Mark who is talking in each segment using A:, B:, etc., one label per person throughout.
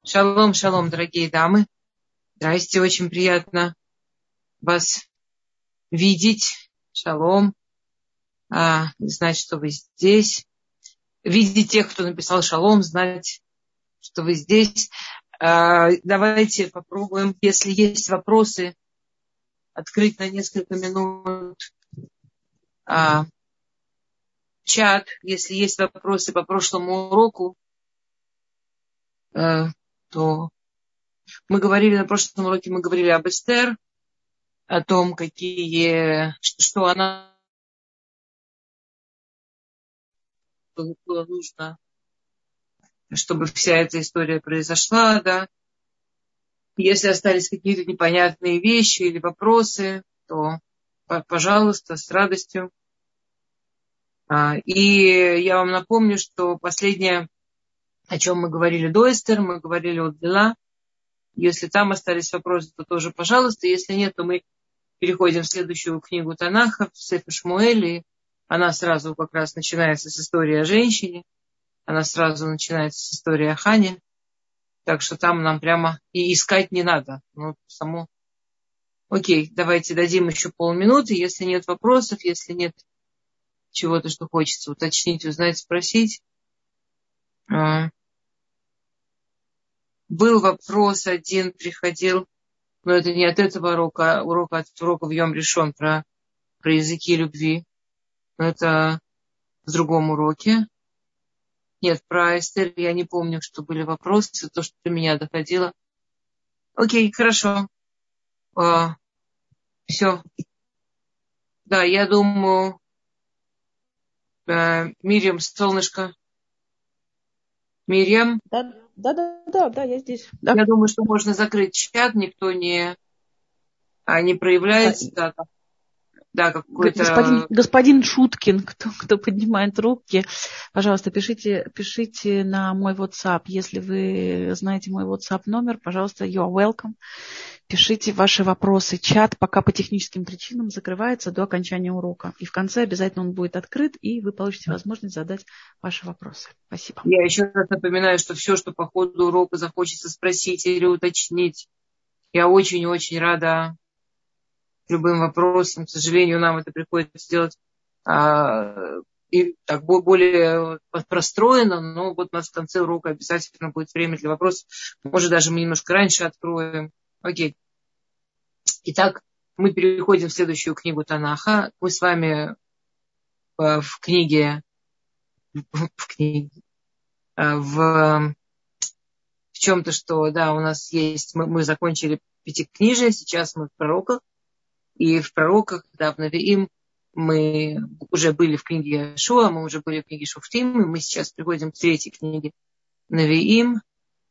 A: Шалом, шалом, дорогие дамы. Здрасте, очень приятно вас видеть. Шалом. Знать, что вы здесь. Видеть тех, кто написал шалом, знать, что вы здесь. Давайте попробуем, если есть вопросы, открыть на несколько минут чат. Если есть вопросы по прошлому уроку, то мы говорили на прошлом уроке, мы говорили об Эстер, о том, что она было нужно, чтобы вся эта история произошла, да. Если остались какие-то непонятные вещи или вопросы, то, пожалуйста, с радостью. И я вам напомню, что последнее, о чем мы говорили до Эстер, мы говорили о Дела. Если там остались вопросы, то тоже, пожалуйста. Если нет, то мы переходим в следующую книгу Танаха, в Сефер Шмуэль, и она сразу как раз начинается с истории о женщине. Она сразу начинается с истории о Хане. Так что там нам прямо и искать не надо. Окей, давайте дадим еще полминуты. Если нет вопросов, если нет чего-то, что хочется уточнить, узнать, спросить. Был вопрос один, приходил, но это не от этого урока, от урока в Йом Ришон про языки любви. Но это в другом уроке. Нет, про Эстер я не помню, что были вопросы, то, что до меня доходило. Окей, хорошо. Все. Да, я думаю, Мирьям, солнышко. Мирьям?
B: Да, я здесь. Да.
A: Я думаю, что можно закрыть чат, никто не проявляется. Да, какой-то...
B: Господин Шуткин, кто поднимает руки, пожалуйста, пишите на мой WhatsApp. Если вы знаете мой WhatsApp номер, пожалуйста, you are welcome. Пишите ваши вопросы. Чат пока по техническим причинам закрывается до окончания урока. И в конце обязательно он будет открыт, и вы получите возможность задать ваши вопросы. Спасибо.
A: Я еще раз напоминаю, что все, что по ходу урока захочется спросить или уточнить, я очень-очень рада любым вопросам. К сожалению, нам это приходится делать и так более простроено, но вот у нас в конце урока обязательно будет время для вопросов. Может, даже мы немножко раньше откроем. Окей. Итак, мы переходим в следующую книгу Танаха. Мы с вами в чем-то, что, да, у нас есть, мы закончили пятикнижие, сейчас мы в пророках. И в пророках, да, в Навиим мы уже были в книге Йошуа, мы уже были в книге Шуфтим, и мы сейчас приходим к третьей книге Навиим.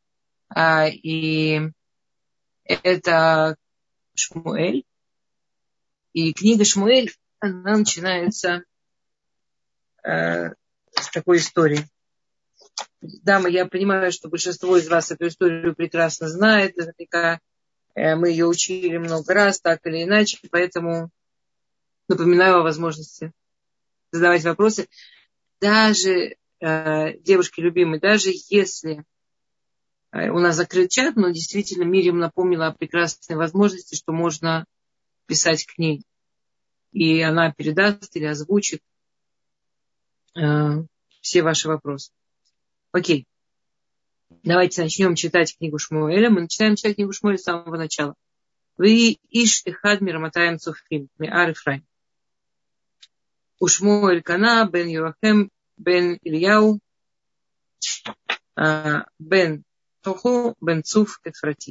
A: И это Шмуэль. И книга Шмуэль, она начинается с такой истории. Дамы, я понимаю, что большинство из вас эту историю прекрасно знает, наверняка мы ее учили много раз, так или иначе, поэтому напоминаю о возможности задавать вопросы. Даже, девушки любимые, даже если у нас закрыт чат, но действительно Мирьям напомнила о прекрасной возможности, что можно писать к ней. И она передаст или озвучит все ваши вопросы. Окей. Давайте начнем читать книгу Шмуэля. Мы начинаем читать книгу Шмуэля с самого начала. Вы иш эхад мираматаем цуфим миар Ефраим. Ушмуэль Кана бен Юрахем бен Ильяу бен Туху бен Цуф Эфрати.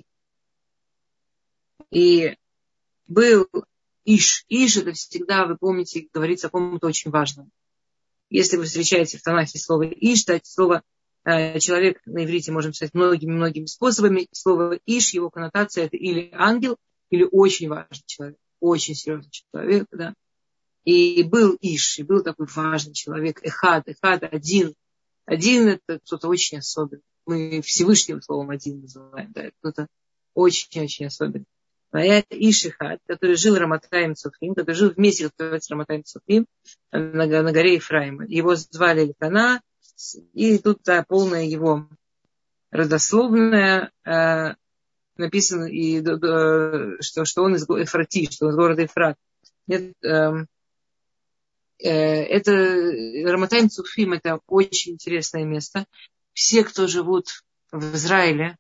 A: И был Иш. Иш — это всегда, вы помните, говорится о ком-то очень важном. Если вы встречаете в Танахе слово Иш, то это слово человек на иврите можем писать многими способами. Слово Иш, его коннотация — это или ангел, или очень важный человек, очень серьезный человек, да. И был Иш, и был такой важный человек, Эхад один. Один — это кто-то очень особенный. Мы Всевышним словом один называем, да, это кто-то очень-очень особенный. А это Иш Эхад, который жил Раматаим Цуфим, который жил в месте, который называется Раматаим Цуфим, на горе Ефраима. Его звали Элькана, и тут полное его родословная, написано, и, что он из Эфрати, что он из города Эфрат. Это Раматаим Цуфим, это очень интересное место. Все, кто живут в Израиле,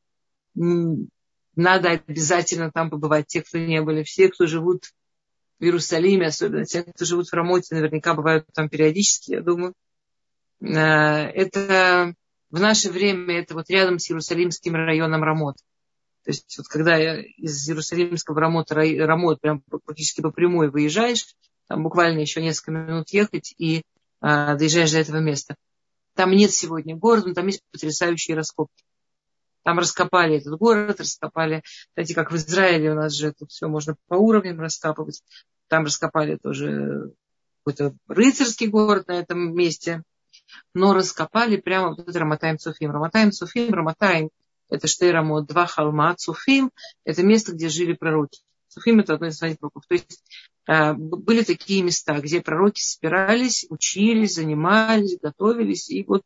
A: надо обязательно там побывать, те, кто не были. Все, кто живут в Иерусалиме, особенно те, кто живут в Рамоте, наверняка бывают там периодически, я думаю. Это в наше время, это вот рядом с Иерусалимским районом Рамот. То есть вот когда из Иерусалимского Рамот прям практически по прямой выезжаешь, там буквально еще несколько минут ехать и доезжаешь до этого места. Там нет сегодня города, но там есть потрясающие раскопки. Там раскопали этот город, раскопали, знаете, как в Израиле у нас же тут все можно по уровням раскапывать. Там раскопали тоже какой-то рыцарский город на этом месте, но раскопали прямо вот этот Раматаим Цуфим. Раматаим это Штейрамот, 2 холма. Цуфим это место, где жили пророки. Цуфим это одно из своих пророков. То есть были такие места, где пророки собирались, учились, занимались, готовились. И вот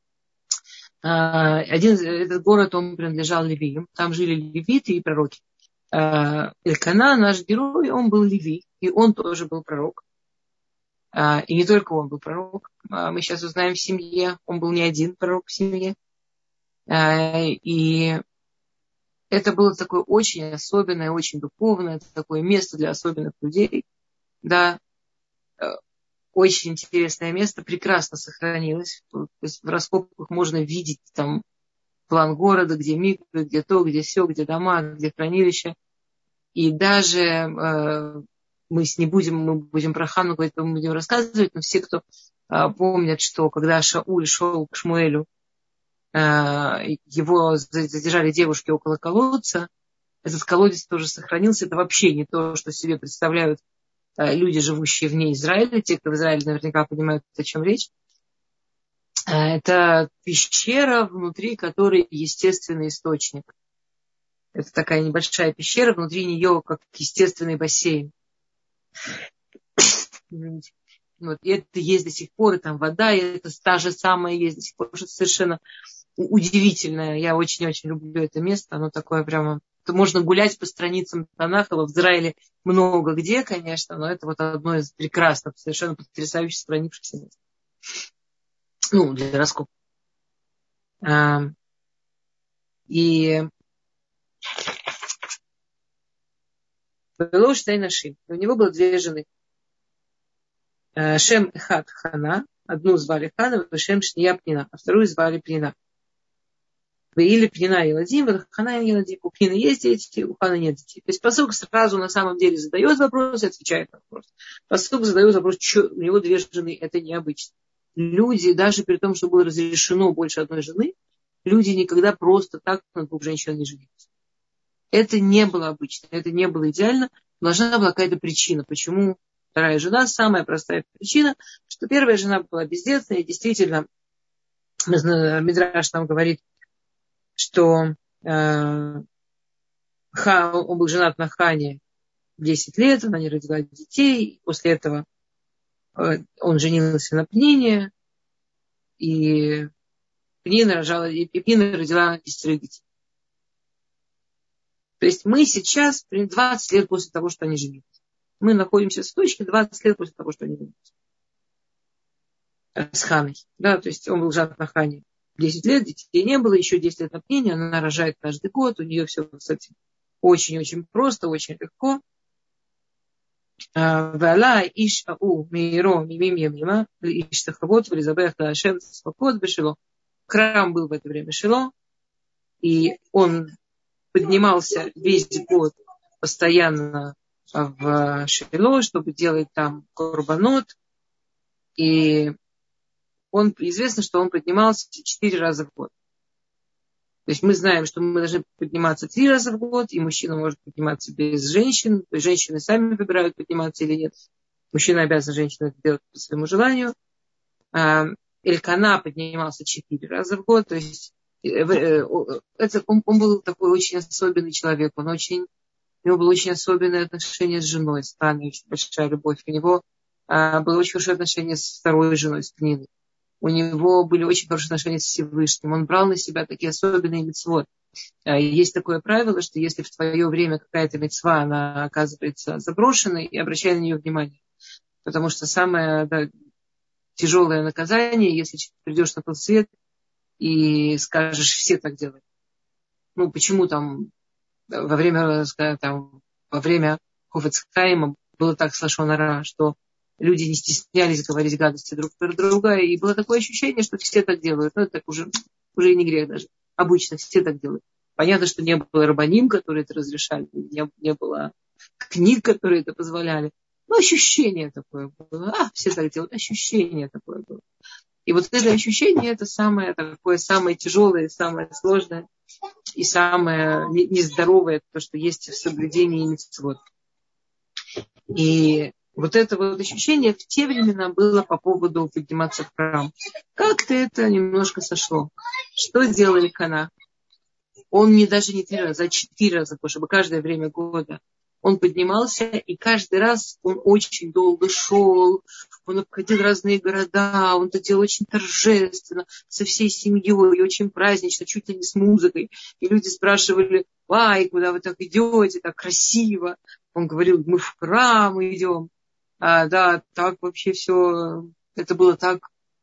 A: этот город, он принадлежал левиям. Там жили левиты и пророки. Элькана, наш герой, он был левий. И он тоже был пророк. И не только он был пророк. Мы сейчас узнаем в семье. Он был не один пророк в семье. И это было такое очень особенное, очень духовное, такое место для особенных людей. Да, очень интересное место, прекрасно сохранилось. То есть в раскопках можно видеть там план города, где миквы, где то, где все, где дома, где хранилища. И даже мы будем про Хану говорить, мы будем рассказывать, но все, кто помнят, что когда Шауль шел к Шмуэлю, его задержали девушки около колодца, этот колодец тоже сохранился. Это вообще не то, что себе представляют люди, живущие вне Израиля. Те, кто в Израиле, наверняка понимают, о чем речь. Это пещера, внутри которой естественный источник. Это такая небольшая пещера, внутри нее как естественный бассейн. Вот, и это есть до сих пор, и там вода, и это та же самая есть до сих пор. Что-то совершенно удивительное. Я очень-очень люблю это место. Оно такое прямо... Можно гулять по страницам Танаха. В Израиле много где, конечно, но это вот одно из прекрасных, совершенно потрясающих сохранившихся мест. Ну, для раскопок. И было Штайна Шим. У него было 2 жены. Шем Эхад Хана. Одну звали Хана, Шем Шния Пнина, а вторую звали Пнина. Или Пнина и Ладим, Хана и Ладим. У Пнины есть дети, у Хана нет детей. То есть пасук сразу на самом деле задает вопрос и отвечает на вопрос. Пасук задает вопрос, что у него 2 жены, это необычно. Люди, даже при том, что было разрешено больше одной жены, люди никогда просто так на 2 женщин не женились. Это не было обычно, это не было идеально. Должна была какая-то причина, почему 2 жена. Самая простая причина, что 1 жена была бездетная, и действительно, Мидраш нам говорит, что он был женат на Хане 10 лет, она не родила детей, после этого он женился на Пнине, и Пнина родила 10 детей. То есть мы сейчас 20 лет после того, что они женились. Мы находимся в точке 20 лет после того, что они женились. С Ханой. Да, то есть он был женат на Хане 10 лет, детей не было, еще 10 лет на Пнине, она рожает каждый год, у нее все, кстати, очень-очень просто, очень легко. Вала иш ау миро мимим ямима иш тахавот вализабех лашем спокот бешило. Храм был в это время Шило, и он поднимался весь год постоянно в Шило, чтобы делать там корбанот. И известно, что он поднимался 4 раза в год. То есть мы знаем, что мы должны подниматься 3 раза в год, и мужчина может подниматься без женщин. То есть женщины сами выбирают, подниматься или нет. Мужчина обязан женщину это делать по своему желанию. Элькана поднимался 4 раза в год. То есть он был такой очень особенный человек. У него было очень особенное отношение с женой, странная, очень большая любовь. У него было очень хорошее отношение с 2 женой, с Пниной. у него были очень хорошие отношения с Всевышним, он брал на себя такие особенные мицвот. Есть такое правило, что если в твое время какая-то мицва, она оказывается заброшенной, и обращай на нее внимание. Потому что самое тяжелое наказание, если придешь на тот свет и скажешь, все так делают. Ну, почему там во время Хофец Хаима было так с лашон ара, что люди не стеснялись говорить гадости друг про друга, и было такое ощущение, что все так делают. Ну, это так уже и не грех даже. Обычно все так делают. Понятно, что не было рабаним, которые это разрешали, не было книг, которые это позволяли. Но ощущение такое было. Все так делают. Ощущение такое было. И вот это ощущение, это самое тяжелое, самое сложное и самое нездоровое, то, что есть в соблюдении мицвот. И вот это вот ощущение в те времена было по поводу подниматься в храм. Как-то это немножко сошло. Что делали Кана? Он даже не 3 раза, а 4 раза, чтобы каждое время года он поднимался, и каждый раз он очень долго шел, он обходил разные города, он это делал очень торжественно, со всей семьей, очень празднично, чуть ли не с музыкой. И люди спрашивали, куда вы так идете, так красиво? Он говорил, мы в храм идем. Так вообще все, это было так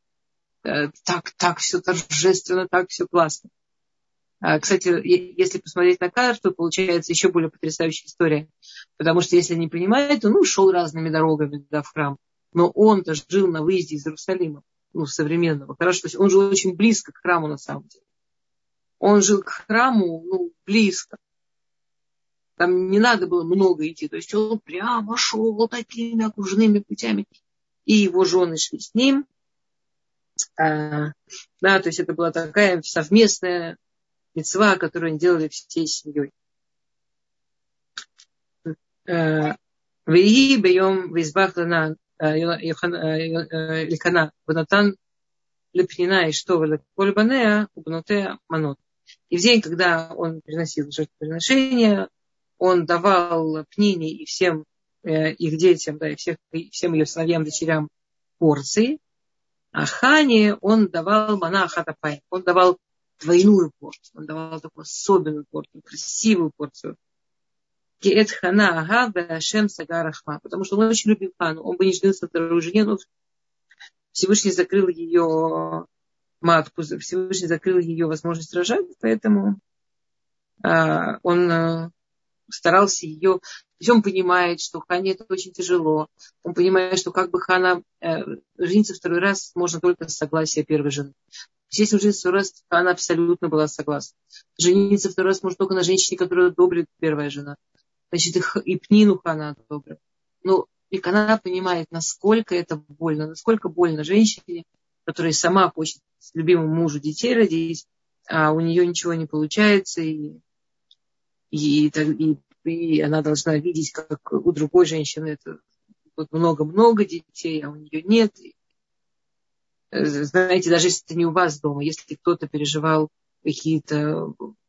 A: все торжественно, так все классно. Кстати, если посмотреть на карту, получается еще более потрясающая история. Потому что, если не понимаете, он шел разными дорогами в храм. Но он-то жил на выезде из Иерусалима, современного. Хорошо, он жил очень близко к храму на самом деле. Он жил к храму, близко. Там не надо было много идти. То есть он прямо шел вот такими окружными путями. И его жены шли с ним. То есть это была такая совместная мицва, которую они делали всей семьей. Веи бьем визбах лана Илькана ванатан лепнина и что коль банеа убнутеа манот. И в день, когда он приносил жертвоприношение, он давал Пнине и всем их детям, и всем ее сыновьям, дочерям порции. А Хане он давал мана хатапай. Он давал двойную порцию. Он давал такую особенную порцию, красивую порцию. Потому что он очень любил Хану. Он бы не женился на второй жене, но Всевышний закрыл ее матку, Всевышний закрыл ее возможность рожать, поэтому он старался ее... То есть он понимает, что Хане это очень тяжело. Он понимает, что как бы Хана жениться второй раз можно только с согласия первой жены. Если жениться второй раз, она абсолютно была согласна. Жениться второй раз можно только на женщине, которая одобрит первая жена. Значит, и Пнину Хана одобрит. И Хана понимает, насколько это больно, насколько больно женщине, которая сама хочет любимому мужу детей родить, а у нее ничего не получается, и она должна видеть, как у другой женщины это много-много детей, а у нее нет. Знаете, даже если это не у вас дома, если кто-то переживал какие-то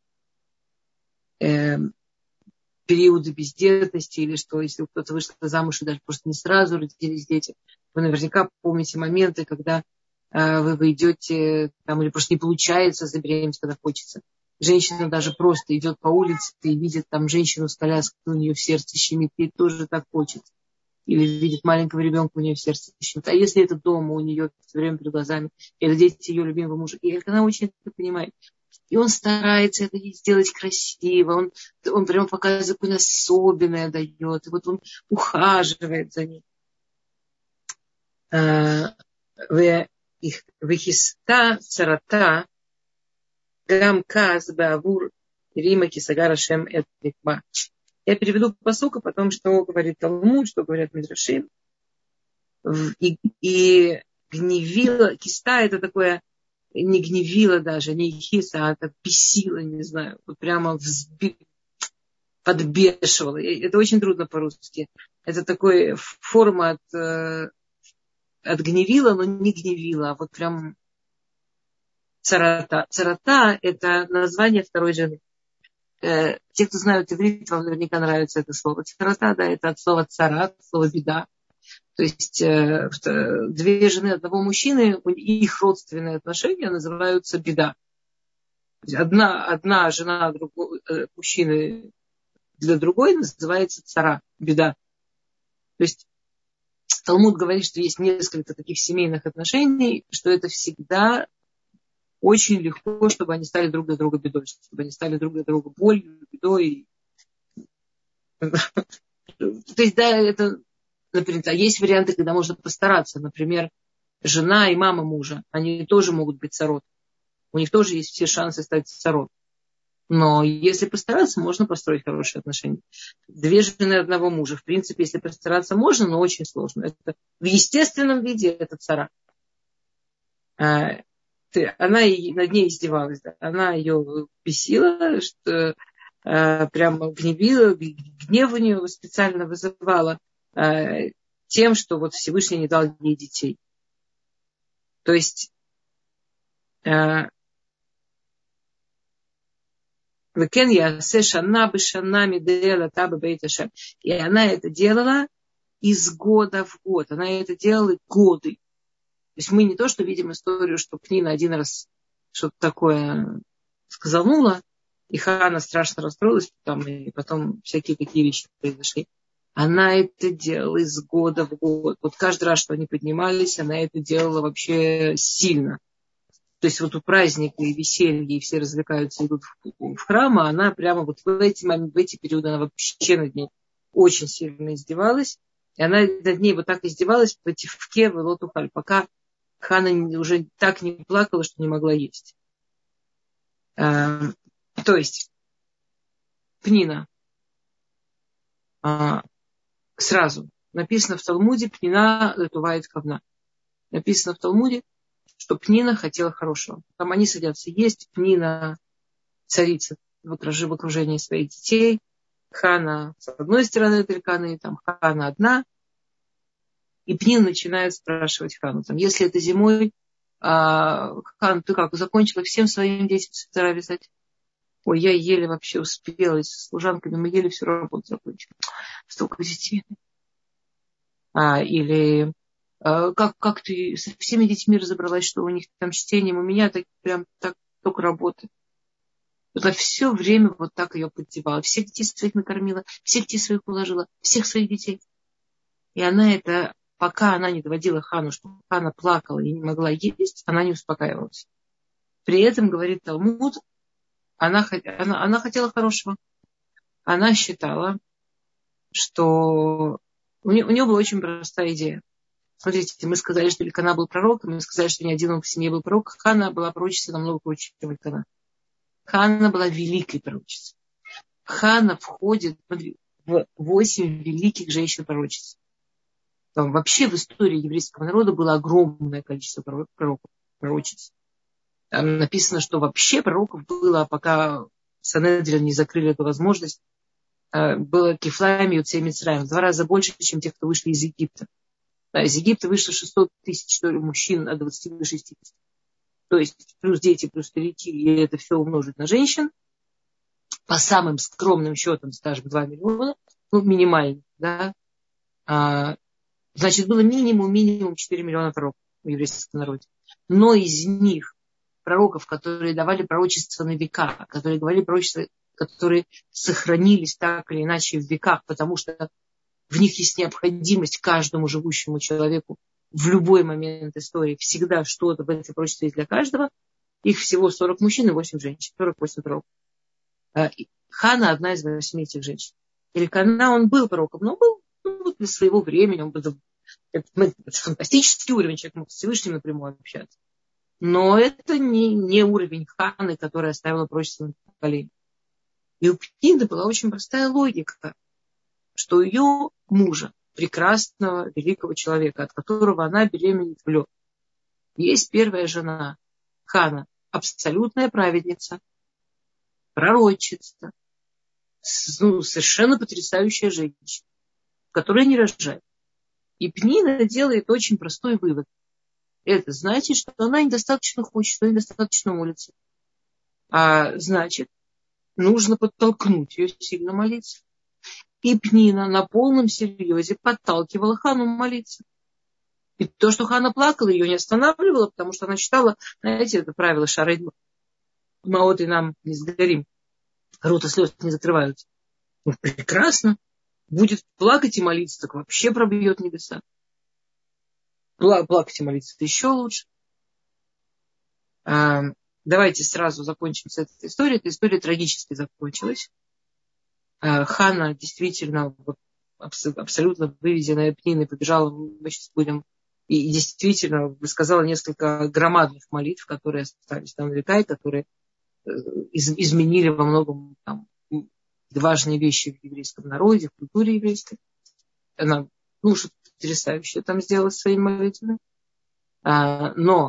A: периоды бездетности или что, если кто-то вышел замуж и даже просто не сразу родились дети, вы наверняка помните моменты, когда вы идете или просто не получается забеременеть, когда хочется. Женщина даже просто идет по улице и видит там женщину с коляской, у нее в сердце щемит, ей тоже так хочется. Или видит маленького ребенка, у нее в сердце щемит. А если это дома у нее все время перед глазами, это дети ее любимого мужа, и она очень это понимает. И он старается это сделать красиво, он прямо показывает, какое особенное дает, и вот он ухаживает за ней. Вехиста царата гам каз беавур рима кисагара шем эт микма. Я переведу пасук, а потом, что говорит Талмуд, что говорят Мидрашим. И гневила, киста это такое, не гневила даже, не хиса, а так бесила, не знаю, вот прямо подбешивала. Это очень трудно по-русски. Это такая форма от гневила, но не гневила, а вот прям царата. Царата это название второй жены. Те, кто знают иврит, вам наверняка нравится это слово. Царата, это от слова царат, слово беда. То есть две жены одного мужчины, их родственные отношения называются беда. Одна жена мужчины для другой называется цара, беда. То есть Талмуд говорит, что есть несколько таких семейных отношений, что это всегда очень легко, чтобы они стали друг для друга бедой, чтобы они стали друг для друга болью, бедой. То есть, да, это, например, есть варианты, когда можно постараться. Например, жена и мама мужа, они тоже могут быть царот. У них тоже есть все шансы стать царот. Но если постараться, можно построить хорошие отношения. Две жены одного мужа. В принципе, если постараться, можно, но очень сложно. Это в естественном виде это цара. Она над ней издевалась. Да? Она ее бесила, что прямо гневила, гнев у нее специально вызывала тем, что вот Всевышний не дал ей детей. То есть и она это делала из года в год. Она это делала годы. То есть мы не то, что видим историю, что Пнина один раз что-то такое сказанула, и Хана страшно расстроилась, и потом всякие такие вещи произошли. Она это делала из года в год. Вот каждый раз, что они поднимались, она это делала вообще сильно. То есть вот у праздника и веселья, и все развлекаются, идут в храм, а она прямо вот в эти периоды она вообще над ней очень сильно издевалась. И она над ней вот так издевалась в тивке, в лотухаль, пока Хана уже так не плакала, что не могла есть. То есть Пнина сразу написано в Талмуде Пнина летувает кавна. Написано в Талмуде, что Пнина хотела хорошего. Там они садятся есть, Пнина царица в окружении своих детей, Хана с одной стороны Триканы, там Хана одна, и Пнина начинает спрашивать Хану, там, если это зимой, Хан, ты как, закончила всем своим детям свитера вязать? Ой, я еле вообще успела, с служанками мы еле всю работу закончили. Столько детей. Или как ты со всеми детьми разобралась, что у них там с чтением, у меня так прям так только работы. Вот все время вот так ее поддевала. Всех детей своих накормила, всех детей своих уложила, всех своих детей. И она это, пока она не доводила Хану, что Хана плакала и не могла есть, она не успокаивалась. При этом, говорит Талмуд, она хотела хорошего. Она считала, что у нее была очень простая идея. Смотрите, мы сказали, что Элькана был пророком, мы сказали, что ни один в семье был пророк. Хана была пророчицей намного круче, чем Элькана. Хана была великой пророчицей. Хана входит в 8 великих женщин-пророчиц. Там вообще в истории еврейского народа было огромное количество пророков, пророчиц. Там написано, что вообще пророков было, пока Санедрин не закрыли эту возможность, было Кефлаим и Юцей Мицраим в 2 раза больше, чем тех, кто вышли из Египта. Да, из Египта вышло 600 тысяч, что ли, мужчин от 20 до 60. То есть плюс дети, плюс старики, и это все умножить на женщин. По самым скромным счетам, скажем, 2 миллиона, минимально, да. Значит, было минимум 4 миллиона пророков в еврейском народе. Но из них пророков, которые давали пророчество на века, которые говорили пророчества, которые сохранились так или иначе в веках, потому что в них есть необходимость каждому живущему человеку в любой момент истории. Всегда что-то в этом пророчестве есть для каждого. Их всего 40 мужчин и 8 женщин. 48 пророков. Хана одна из 8 этих женщин. Элькана, он был пророком, но был для своего времени. Он был фантастический уровень. Человек мог с Всевышним напрямую общаться. Но это не уровень Ханы, которая оставила пророчество на поколение. И у Пнины была очень простая логика, что ее мужа, прекрасного, великого человека, от которого она беременеет в лед, есть первая жена, Хана, абсолютная праведница, пророчица, совершенно потрясающая женщина, которая не рожает. И Пнина делает очень простой вывод. Это значит, что она недостаточно хочет, что недостаточно молится. А значит, нужно подтолкнуть ее сильно молиться. И Пнина на полном серьезе подталкивала Хану молиться. И то, что Хана плакала, ее не останавливало, потому что она читала, знаете, это правило Шарей Маот и нам не сгорим. Рот и слез не закрываются. Ну, прекрасно. Будет плакать и молиться, так вообще пробьет небеса. Плакать и молиться это еще лучше. Давайте сразу закончим с этой историей. Эта история трагически закончилась. Хана действительно абсолютно выведенная Пниной побежала, мы сейчас будем, и действительно высказала несколько громадных молитв, которые остались на века, и которые изменили во многом там, важные вещи в еврейском народе, в культуре еврейской. Она, что-то потрясающее там сделала своими молитвами. Но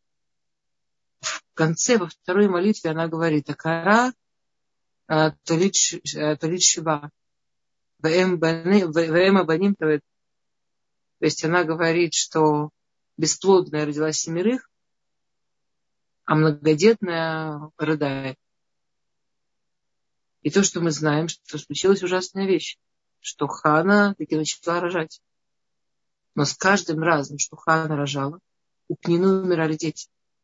A: в конце, во второй молитве она говорит: Акара толит шива. ВМ Абаним. То есть она говорит, что бесплодная родила 7, а многодетная рыдает. И то, что мы знаем, что случилась ужасная вещь, что Хана таки начала рожать. Но с каждым разом, что Хана рожала, у Пнины умирали дети.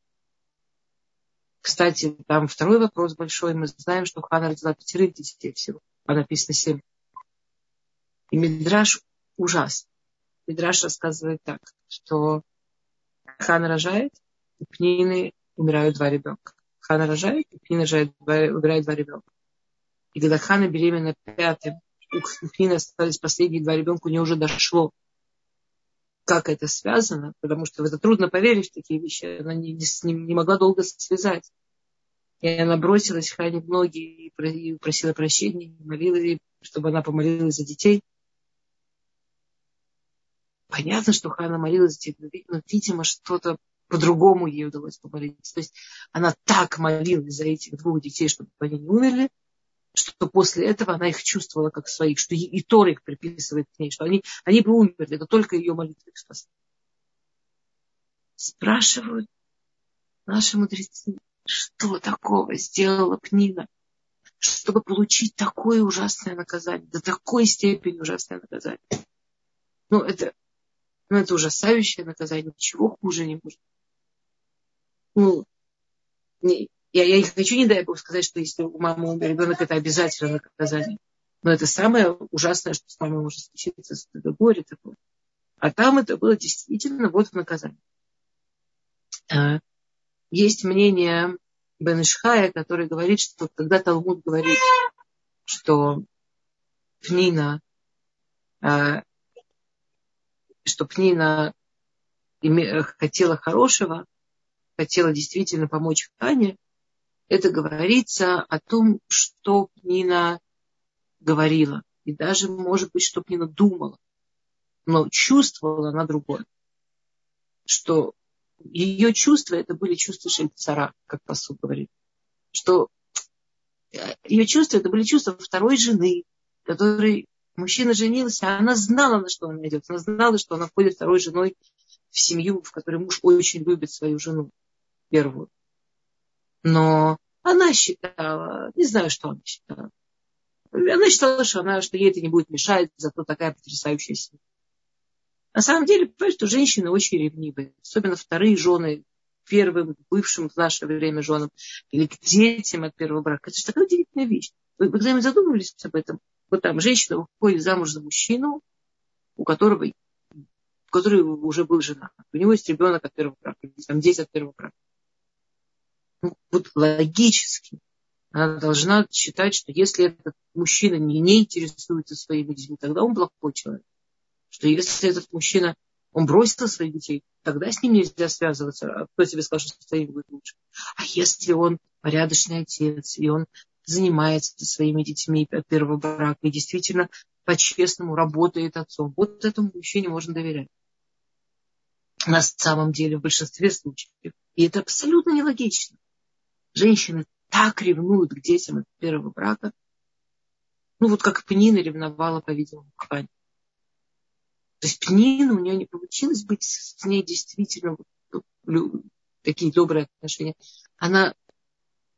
A: Кстати, там второй вопрос большой. Мы знаем, что Хана родила 5 детей всего, а написано 7. И Мидраш ужасный. Мидраш рассказывает так, что Хана рожает, у Пнины умирают 2 ребенка. Хана рожает, у Пнины умирают 2 ребенка. И когда Хана беременна 5, у Пнины остались последние 2 ребенка, у нее уже дошло, как это связано, потому что в это трудно поверить в такие вещи. Она не могла долго связать. И она бросилась Хане в ноги и просила прощения, и молила ей, чтобы она помолилась за детей. Понятно, что Хана молилась за детей, но, видимо, что-то по-другому ей удалось помолиться. То есть она так молилась за этих 2 детей, чтобы они не умерли, что после этого она их чувствовала как своих, что и Тора их приписывает к ней, что они бы умерли, это только ее молитва их спасла. Спрашивают наши мудрецы, что такого сделала Пнина, чтобы получить такое ужасное наказание, до такой степени ужасное наказание. Это ужасающее наказание, ничего хуже не может. Я не хочу, не дай Бог, сказать, что если у мамы умер ребенок, это обязательно наказание. Но это самое ужасное, что с мамой может случиться, это горе такое. А там это было действительно вот наказание. Есть мнение Бен Ишхая, который говорит, что когда Талмуд говорит, что Пнина хотела хорошего, хотела действительно помочь Хане, это говорится о том, что Пнина говорила. И даже, может быть, что Пнина думала. Но чувствовала она другое. Что ее чувства, это были чувства шельцара, как пасук говорит. Что ее чувства, это были чувства второй жены, которой мужчина женился, а она знала, на что она идет. Она знала, что она входит второй женой в семью, в которой муж очень любит свою жену первую. Но она считала, не знаю, что она считала. Она считала, что ей это не будет мешать, зато такая потрясающая семья. На самом деле, понимаете, что женщины очень ревнивые. Особенно вторые жены, первым, бывшим в наше время женам, или к детям от первого брака. Это же такая удивительная вещь. Вы когда-нибудь задумывались об этом? Вот там женщина выходит замуж за мужчину, который уже был женат. У него есть ребенок от первого брака, или там дети от первого брака. Вот логически она должна считать, что если этот мужчина не интересуется своими детьми, тогда он плохой человек. Что если этот мужчина, он бросил своих детей, тогда с ним нельзя связываться. А кто тебе скажет, что с твоими будет лучше? А если он порядочный отец, и он занимается своими детьми от первого брака, и действительно по-честному работает отцом, вот этому мужчине можно доверять. На самом деле, в большинстве случаев. И это абсолютно нелогично. Женщины так ревнуют к детям от первого брака. Вот как Пнина ревновала, по-видимому, к Хане. То есть Пнина, у нее не получилось быть с ней действительно такие добрые отношения. Она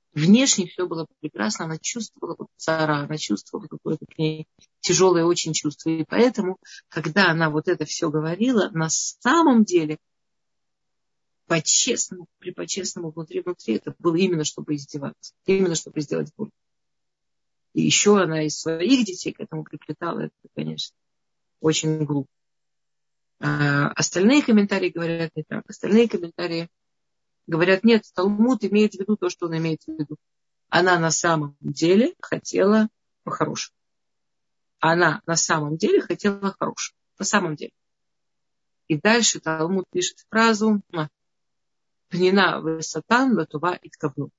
A: Внешне все было прекрасно, она чувствовала вот цара, она чувствовала какое-то к ней тяжелое очень чувство. И поэтому, когда она вот это все говорила, на самом деле, по-честному, внутри, это было именно, чтобы издеваться, именно, чтобы сделать боль. И еще она из своих детей к этому приплетала, это, конечно, очень глупо. А остальные комментарии говорят не так. Остальные комментарии говорят, нет, Талмуд имеет в виду то, что он имеет в виду. Она на самом деле хотела по-хорошему. Она на самом деле хотела хорошего. На самом деле. И дальше Талмуд пишет фразу «Пнина весатан латува иткавну».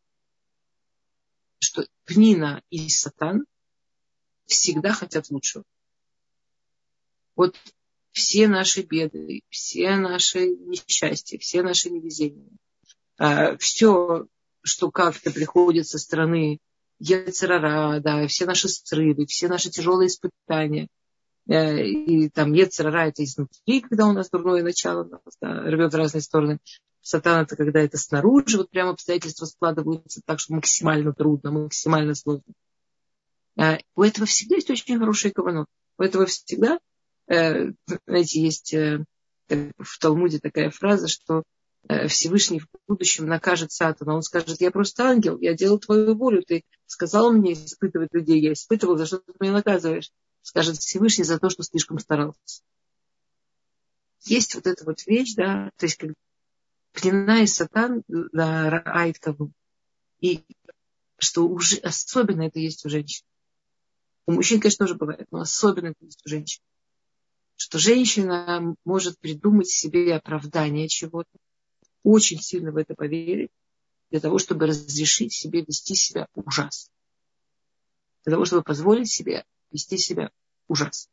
A: Что Пнина и Сатан всегда хотят лучшего. Вот все наши беды, все наши несчастья, все наши невезения, все, что как-то приходит со стороны Ецер-ара, да, все наши срывы, все наши тяжелые испытания. И там Ецер-ара это изнутри, когда у нас дурное начало нас, да, рвет в разные стороны. Сатан это когда это снаружи, вот прямо обстоятельства складываются так, что максимально трудно, максимально сложно. У этого всегда есть очень хорошие каванот. У этого всегда, знаете, есть в Талмуде такая фраза, что Всевышний в будущем накажет Сатана. Он скажет, я просто ангел, я делал твою волю, ты сказал мне испытывать людей, я испытывал, за что ты меня наказываешь. Скажет Всевышний за то, что слишком старался. Есть вот эта вот вещь, да, то есть как Пнина и Сатан, да, раайт каву. И что уже особенно это есть у женщин. У мужчин, конечно, тоже бывает, но особенно это есть у женщин. Что женщина может придумать себе оправдание чего-то, очень сильно в это поверить, для того, чтобы разрешить себе вести себя ужасно. Для того, чтобы позволить себе вести себя ужасно.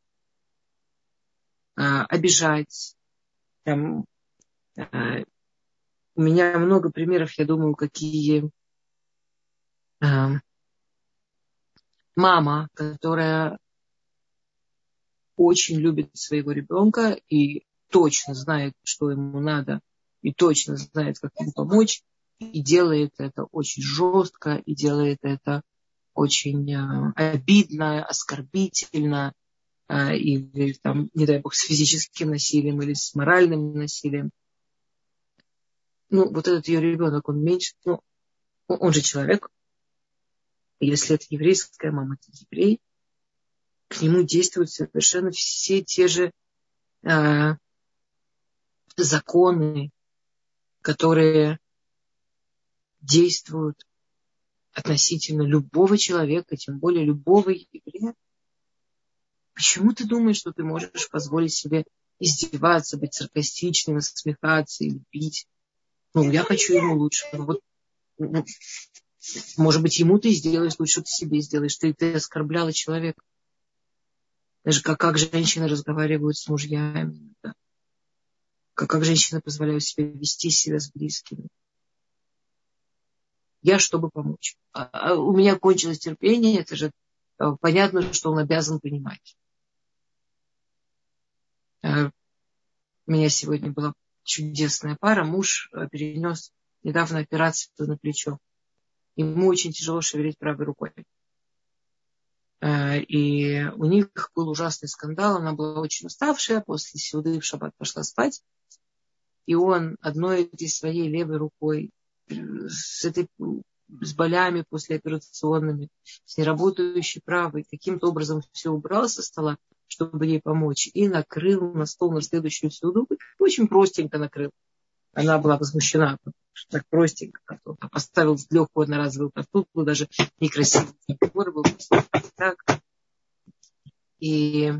A: Обижать. Там, у меня много примеров, я думаю, какие мама, которая очень любит своего ребенка и точно знает, что ему надо, и точно знает, как ему помочь, и делает это очень жестко, и делает это очень обидно, оскорбительно, или там, не дай бог, с физическим насилием или с моральным насилием. Ну, вот этот ее ребенок, он меньше, ну, он же человек. Если это еврейская мама, это еврей, к нему действуют совершенно все те же законы, которые действуют относительно любого человека, тем более любого еврея. Почему ты думаешь, что ты можешь позволить себе издеваться, быть саркастичным, насмехаться и любить? Ну, я хочу ему лучше. Вот, может быть, ему ты сделаешь лучше, что ты себе сделаешь. Ты оскорбляла человека. Даже как женщины разговаривают с мужьями. Да? Как женщины позволяют себе вести себя с близкими. Я, чтобы помочь. У меня кончилось терпение, это же понятно, что он обязан понимать. У меня сегодня была чудесная пара. Муж перенес недавно операцию на плечо. Ему очень тяжело шевелить правой рукой. И у них был ужасный скандал. Она была очень уставшая. После сюды в шаббат пошла спать. И он одной этой своей левой рукой с болями послеоперационными, с неработающей правой, каким-то образом все убрал со стола, чтобы ей помочь, и накрыл на стол на следующую сюду. Очень простенько накрыл. Она была возмущена, что так простенько. Поставил легкую одноразовую картошку, даже некрасивый набор был. Так. И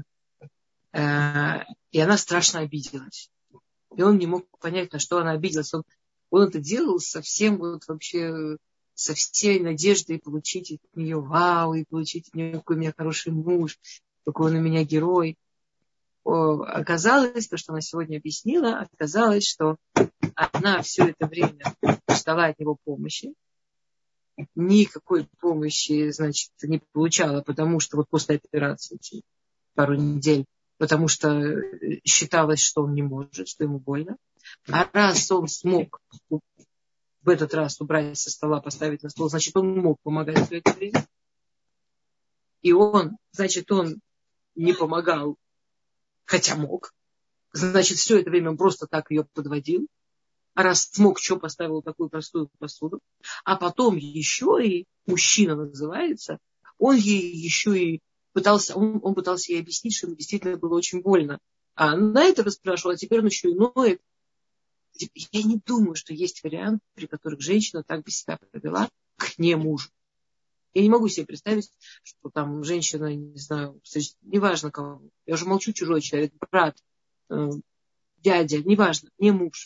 A: она страшно обиделась. И он не мог понять, на что она обиделась. Он это делал совсем вот вообще со всей надеждой получить от нее вау, и получить от нее, какой у меня хороший муж, какой он у меня герой. Оказалось, то, что она сегодня объяснила, оказалось, что она все это время ждала от него помощи. Никакой помощи, значит, не получала, потому что вот после операции, пару недель, потому что считалось, что он не может, что ему больно. А раз он смог в этот раз убрать со стола, поставить на стол, значит, он мог помогать все это время. И он не помогал, хотя мог. Значит, все это время он просто так ее подводил. А раз смог, что поставил такую простую посуду. А потом еще и мужчина называется, он ей еще и пытался, он пытался ей объяснить, что ему действительно было очень больно. А она это спрашивала, а теперь он еще и ноет. Я не думаю, что есть вариант, при которых женщина так бы себя повела к не мужу. Я не могу себе представить, что там женщина, не знаю, неважно кого, я уже молчу, чужой человек, брат, дядя, неважно, не муж,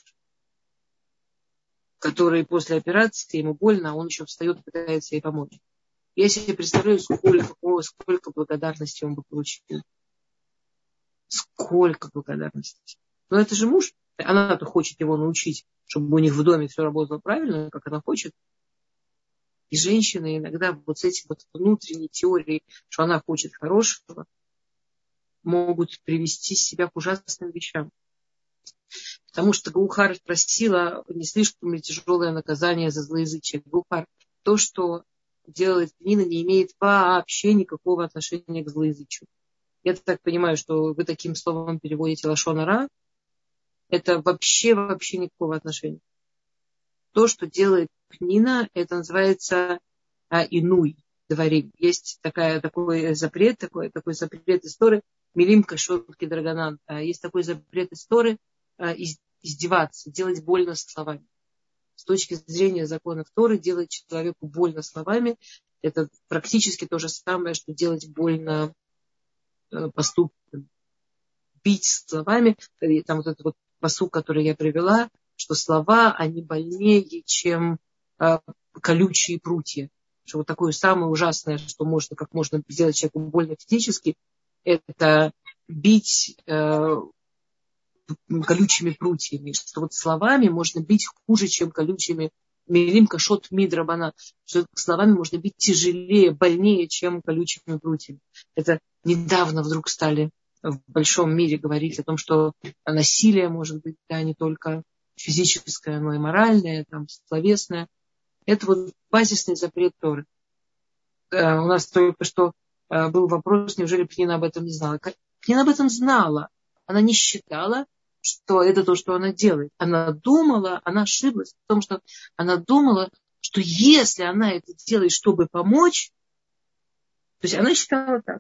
A: который после операции, ему больно, а он еще встает и пытается ей помочь. Я себе представляю, сколько благодарности он бы получил. Сколько благодарности. Но это же муж. Она-то хочет его научить, чтобы у них в доме все работало правильно, как она хочет. И женщины иногда вот с этим вот внутренней теорией, что она хочет хорошего, могут привести себя к ужасным вещам. Потому что Гаухар просила не слишком ли тяжелое наказание за злоязычие. Гаухар, то, что делает Нина, не имеет вообще никакого отношения к злоязычию. Я так понимаю, что вы таким словом переводите лашон ара. Это вообще никакого отношения. То, что делает Пнина, это называется инуй, дворим. Есть такой запрет из Торы, милим кашот кедрагонан. Есть такой запрет из Торы издеваться, делать больно словами. С точки зрения законов Торы, делать человеку больно словами, это практически то же самое, что делать больно поступками. Бить словами, там вот этот вот пасук, который я привела, что слова, они больнее, чем колючие прутья. Что вот такое самое ужасное, что можно, как можно сделать человеку больно физически, это бить колючими прутьями. Что вот словами можно бить хуже, чем колючими милим кашот мидрабана. Что словами можно бить тяжелее, больнее, чем колючими прутьями. Это недавно вдруг стали в большом мире говорить о том, что насилие может быть не только физическое, но и моральное, там, словесное. Это вот базисный запрет Торы. У нас только что был вопрос, неужели Пнина об этом не знала? Пнина об этом знала. Она не считала, что это то, что она делает. Она думала, она ошиблась в том, что она думала, что если она это делает, чтобы помочь, то есть она считала так.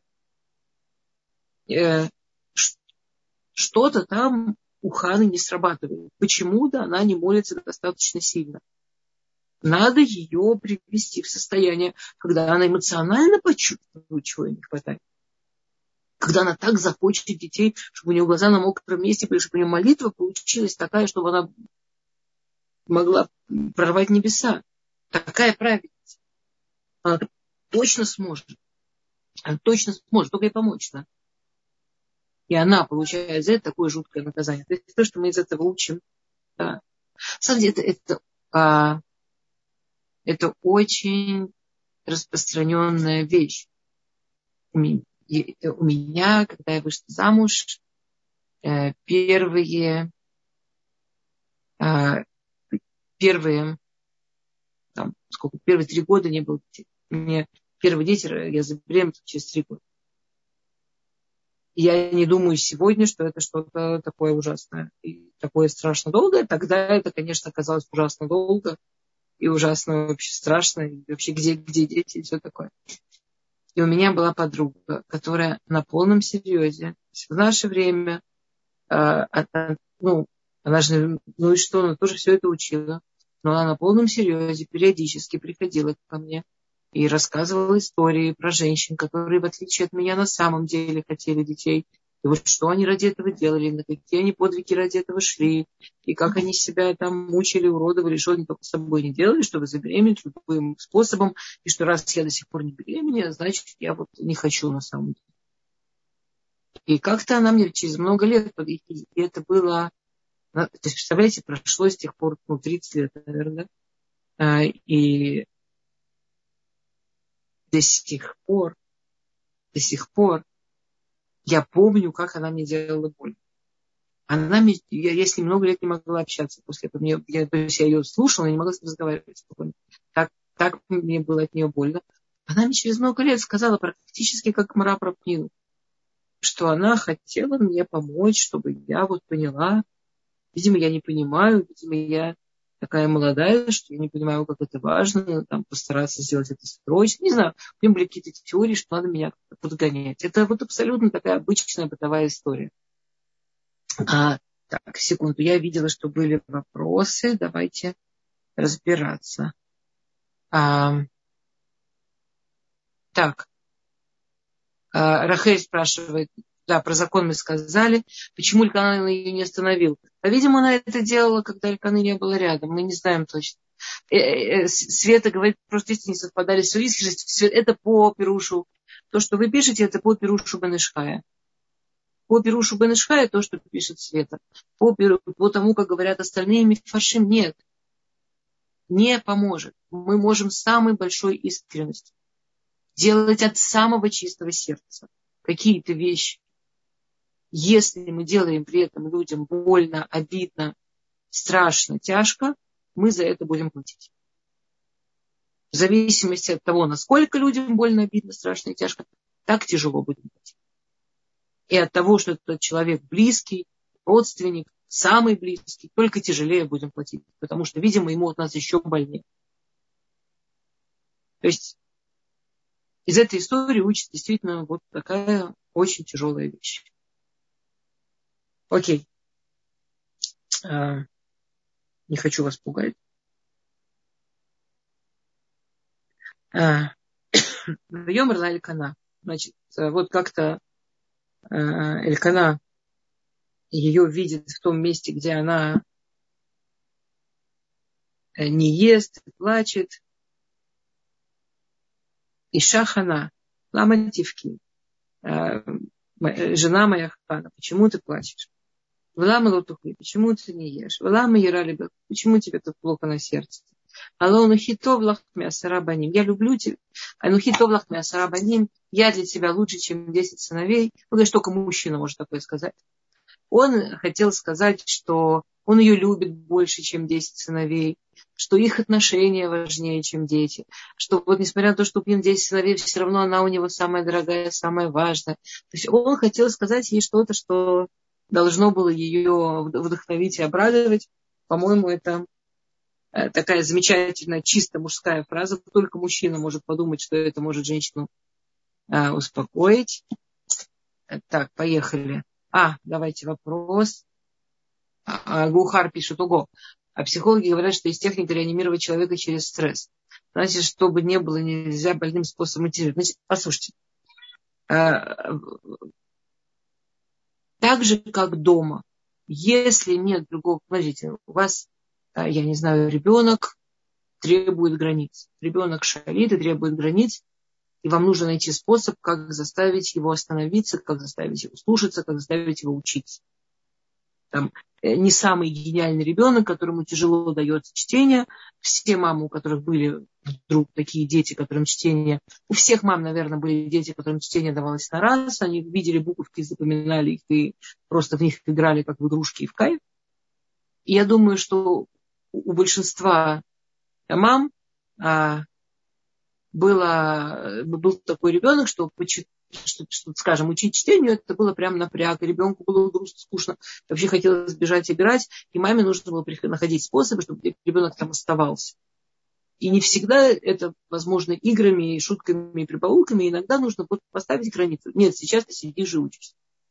A: Что-то там у Ханы не срабатывает. Почему-то она не молится достаточно сильно. Надо ее привести в состояние, когда она эмоционально почувствует, чего ей не хватает. Когда она так захочет детей, чтобы у нее глаза на мокром месте были, чтобы у нее молитва получилась такая, чтобы она могла прорвать небеса. Такая праведница. Она точно сможет. Она точно сможет, только ей помочь. Да? И она получает за это такое жуткое наказание. То есть то, что мы из этого учим. Да. На самом деле это очень распространенная вещь. У меня, когда я вышла замуж, первые первые 3 года не было детей. Мне первые дети, я забеременела через 3 года. Я не думаю сегодня, что это что-то такое ужасное и такое страшно долгое. Тогда это, конечно, оказалось ужасно долго и ужасно вообще страшно. И вообще где дети и все такое. И у меня была подруга, которая на полном серьезе в наше время, она же, и что, она тоже все это учила, но она на полном серьезе периодически приходила ко мне и рассказывала истории про женщин, которые, в отличие от меня, на самом деле хотели детей. И вот что они ради этого делали, на какие они подвиги ради этого шли, и как они себя там мучили, уродовали, что они только с собой не делали, чтобы забеременеть любым способом, и что раз я до сих пор не беременна, значит, я вот не хочу на самом деле. И как-то она мне через много лет, и это было, то есть, представляете, прошло с тех пор 30 лет, наверное, и до сих пор я помню, как она мне делала боль. Я с ней много лет не могла общаться. После этого я ее слушала, и не могла с ней разговаривать спокойно. Так мне было от нее больно. Она мне через много лет сказала практически как Мара Прапнину, что она хотела мне помочь, чтобы я поняла. Видимо, я не понимаю, видимо, я такая молодая, что я не понимаю, как это важно, постараться сделать это срочно. Не знаю, у меня были какие-то теории, что надо меня подгонять. Это абсолютно такая обычная бытовая история. Так, секунду. Я видела, что были вопросы. Давайте разбираться. Так. Рахель спрашивает. Да, про закон мы сказали. Почему Элькана ее не остановил? Видимо, она это делала, когда Эльканы не было рядом. Мы не знаем точно. Света говорит, просто если не совпадали с Свет, это по Пирушу. То, что вы пишете, это по Пирушу Бен Ишхая. По Пирушу Бен Ишхая то, что пишет Света. По тому, как говорят остальные мифаршим, нет. Не поможет. Мы можем с самой большой искренностью делать от самого чистого сердца какие-то вещи. Если мы делаем при этом людям больно, обидно, страшно, тяжко, мы за это будем платить. В зависимости от того, насколько людям больно, обидно, страшно и тяжко, так тяжело будем платить. И от того, что этот человек близкий, родственник, самый близкий, только тяжелее будем платить. Потому что, видимо, ему от нас еще больнее. То есть из этой истории учится действительно такая очень тяжелая вещь. Окей. Не хочу вас пугать. Йомарла Элькана. Значит, как-то Элькана ее видит в том месте, где она не ест, плачет. И Шахана, лама тивки, жена моя Хана, почему ты плачешь? Влама лотухли, почему ты не ешь? Влама яралиба, почему тебе так плохо на сердце? Алонухи товлах мясарабаним, я люблю тебя. Анухи товлах мясарабаним, я для тебя лучше, чем 10 сыновей. Ну, конечно, только мужчина может такое сказать. Он хотел сказать, что он ее любит больше, чем 10 сыновей, что их отношения важнее, чем дети, что несмотря на то, что у нее 10 сыновей, все равно она у него самая дорогая, самая важная. То есть он хотел сказать ей что-то, что должно было ее вдохновить и обрадовать. По-моему, это такая замечательная, чисто мужская фраза. Только мужчина может подумать, что это может женщину успокоить. Так, поехали. Давайте вопрос. Гухар пишет, ого. А психологи говорят, что есть техника реанимировать человека через стресс. Значит, чтобы не было, нельзя больным способом мотивировать. Значит, послушайте. Так же, как дома. Если нет другого... Подождите, у вас, я не знаю, ребенок требует границ. Ребенок шалит и требует границ. И вам нужно найти способ, как заставить его остановиться, как заставить его слушаться, как заставить его учиться. Не самый гениальный ребенок, которому тяжело дается чтение. Все мамы, у которых были вдруг такие дети, которым чтение... У всех мам, наверное, были дети, которым чтение давалось на раз. Они видели буковки, запоминали их и просто в них играли, как в игрушки и в кайф. И я думаю, что у большинства мам был такой ребенок, что, скажем, учить чтению, это было прям напряг. И ребенку было грустно, скучно. Вообще хотелось бежать, играть. И маме нужно было находить способы, чтобы ребенок там оставался. И не всегда это возможно играми, и шутками, и прибаулками. Иногда нужно поставить границу. Нет, сейчас ты сидишь и учишься.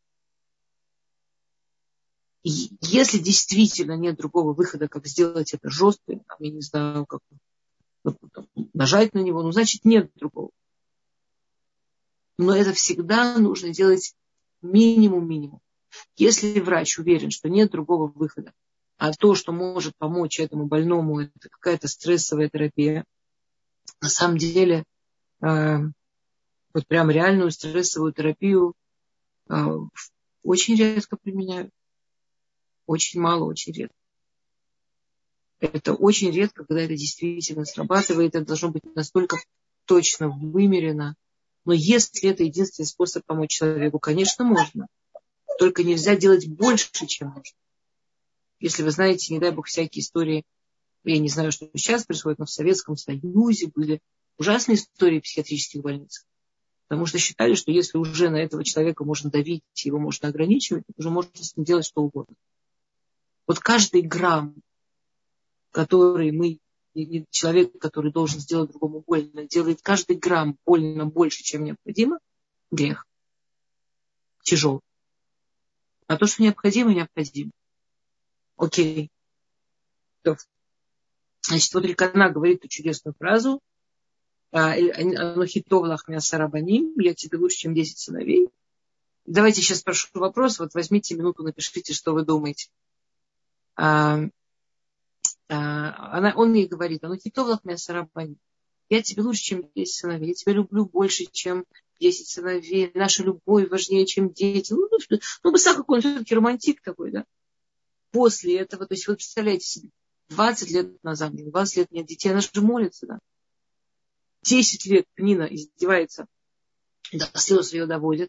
A: И если действительно нет другого выхода, как сделать это жестко, я не знаю, как нажать на него, значит нет другого. Но это всегда нужно делать минимум. Если врач уверен, что нет другого выхода, а то, что может помочь этому больному, это какая-то стрессовая терапия, на самом деле прям реальную стрессовую терапию очень редко применяют. Очень мало, очень редко. Это очень редко, когда это действительно срабатывает. Это должно быть настолько точно вымерено. Но если это единственный способ помочь человеку, конечно, можно. Только нельзя делать больше, чем нужно. Если вы знаете, не дай бог, всякие истории, я не знаю, что сейчас происходит, но в Советском Союзе были ужасные истории в психиатрических больницах. Потому что считали, что если уже на этого человека можно давить, его можно ограничивать, уже можно с ним делать что угодно. Вот каждый грамм, который человек, который должен сделать другому больно, делает каждый грамм больно больше, чем необходимо, грех. Тяжелый. А то, что необходимо, необходимо. Окей. Значит, вот Элькана говорит эту чудесную фразу. Анухи тов лах миасар баним, я тебе лучше, чем 10 сыновей. Давайте сейчас спрошу вопрос. Вот возьмите минуту, напишите, что вы думаете. Он ей говорит, анухи тов лах миасар баним. Я тебе лучше, чем 10 сыновей. Я тебя люблю больше, чем 10 сыновей. Наша любовь важнее, чем дети. Бысах, он все-таки романтик такой, да? После этого, то есть вы представляете себе, 20 лет назад, 20 лет нет детей, она же молится, да? 10 лет Пнина издевается, до слез ее доводит.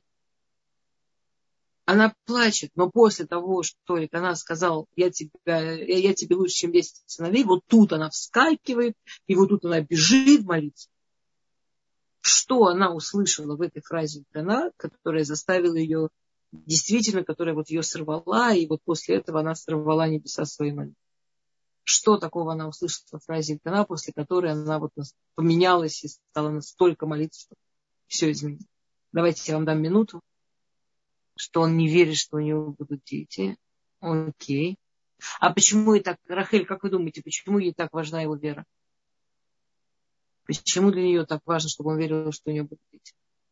A: Она плачет, но после того, что она сказала, я тебе лучше, чем 10 сыновей, вот тут она вскакивает, и вот тут она бежит молиться. Что она услышала в этой фразе Элькана, которая заставила ее, действительно, которая вот ее сорвала, и вот после этого она сорвала небеса своей молитвы. Что такого она услышала в фразе Элькана, после которой она вот поменялась и стала настолько молиться, что все изменилось. Давайте я вам дам минуту, что он не верит, что у него будут дети. Окей. А почему и так, Рахель, как вы думаете, почему ей так важна его вера? Почему для нее так важно, чтобы он верил, что у нее будут дети?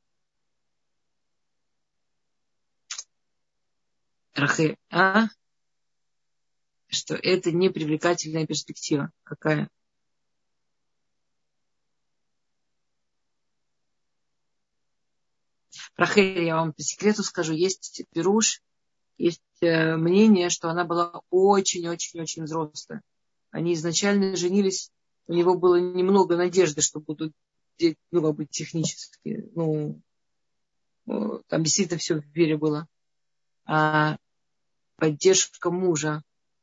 A: Рахель, что это не привлекательная перспектива. Какая? Рахель, я вам по секрету скажу, есть пируш, есть мнение, что она была очень-очень-очень взрослая. Они изначально женились, у него было немного надежды, что будут дети, как бы технически. Там действительно все в вере было. А поддержка мужа,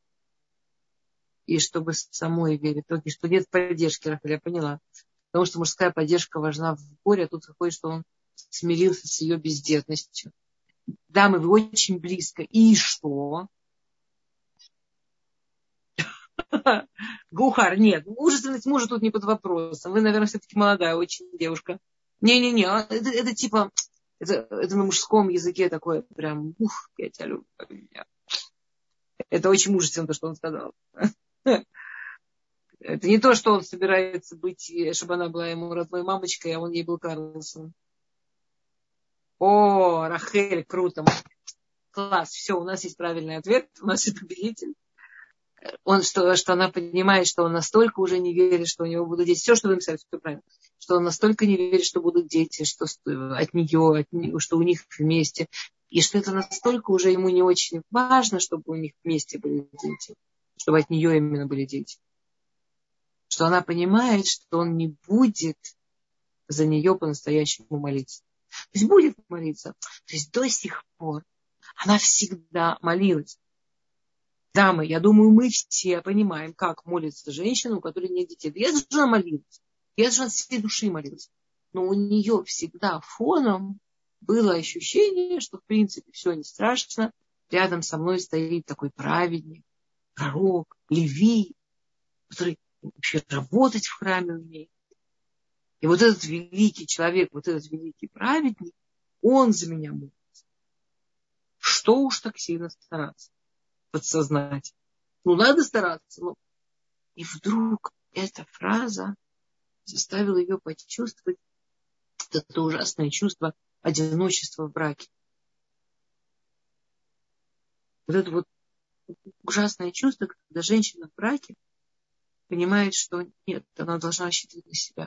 A: и чтобы самой верить. Только что нет поддержки, Рахель, я поняла. Потому что мужская поддержка важна в горе, а тут выходит, что он смирился с ее бездетностью. Дамы, вы очень близко. И что? Гухар, нет. Мужественность мужа тут не под вопросом. Вы, наверное, все-таки молодая очень девушка. Не-не-не. Это типа, это на мужском языке такое прям, я тебя люблю. Это очень мужественно, то, что он сказал. Это не то, что он собирается быть, чтобы она была ему родной мамочкой, а он ей был Карлсон. О, Рахель, круто. Класс, все, у нас есть правильный ответ, у нас есть победитель. Что она понимает, что он настолько уже не верит, что у него будут дети. Все, что вы написали, все правильно. Что он настолько не верит, что будут дети, что от нее, что у них вместе. И что это настолько уже ему не очень важно, чтобы у них вместе были дети. Чтобы от нее именно были дети. Что она понимает, что он не будет за нее по-настоящему молиться. То есть будет молиться. То есть до сих пор она всегда молилась. Дамы, я думаю, мы все понимаем, как молится женщина, у которой нет детей. Я должна молиться. Я должна от всей души молиться. Но у нее всегда фоном было ощущение, что в принципе все не страшно. Рядом со мной стоит такой праведник, пророк, левий, который вообще работать в храме умеет. И вот этот великий человек, вот этот великий праведник, он за меня молится. Что уж так сильно стараться? Подсознать. Надо стараться. И вдруг эта фраза заставила ее почувствовать это ужасное чувство одиночества в браке. Вот это вот ужасное чувство, когда женщина в браке понимает, что нет, она должна рассчитывать на себя.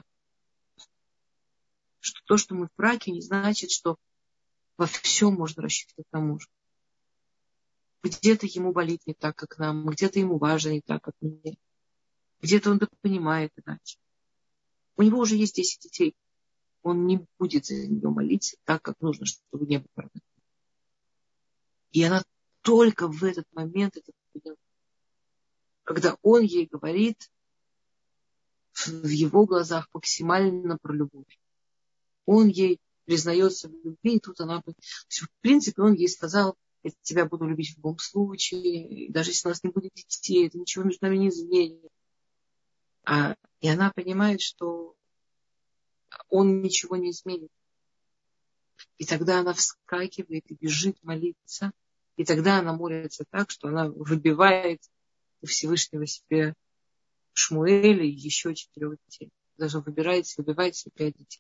A: Что то, что мы в браке, не значит, что во всем можно рассчитывать на мужа. Где-то ему болит не так, как нам, где-то ему важно не так, как мне. Где-то он понимает иначе. У него уже есть 10 детей. Он не будет за нее молиться так, как нужно, чтобы не было проблем. И она только в этот момент это поняла. Когда он ей говорит в его глазах максимально про любовь. Он ей признается в любви, и тут она... В принципе, он ей сказал, я тебя буду любить в любом случае, даже если у нас не будет детей, это ничего между нами не изменит. И она понимает, что он ничего не изменит. И тогда она вскакивает и бежит молиться. И тогда она молится так, что она выбивает у Всевышнего себе Шмуэля и еще 4 детей. Даже выбивает себе 5 детей.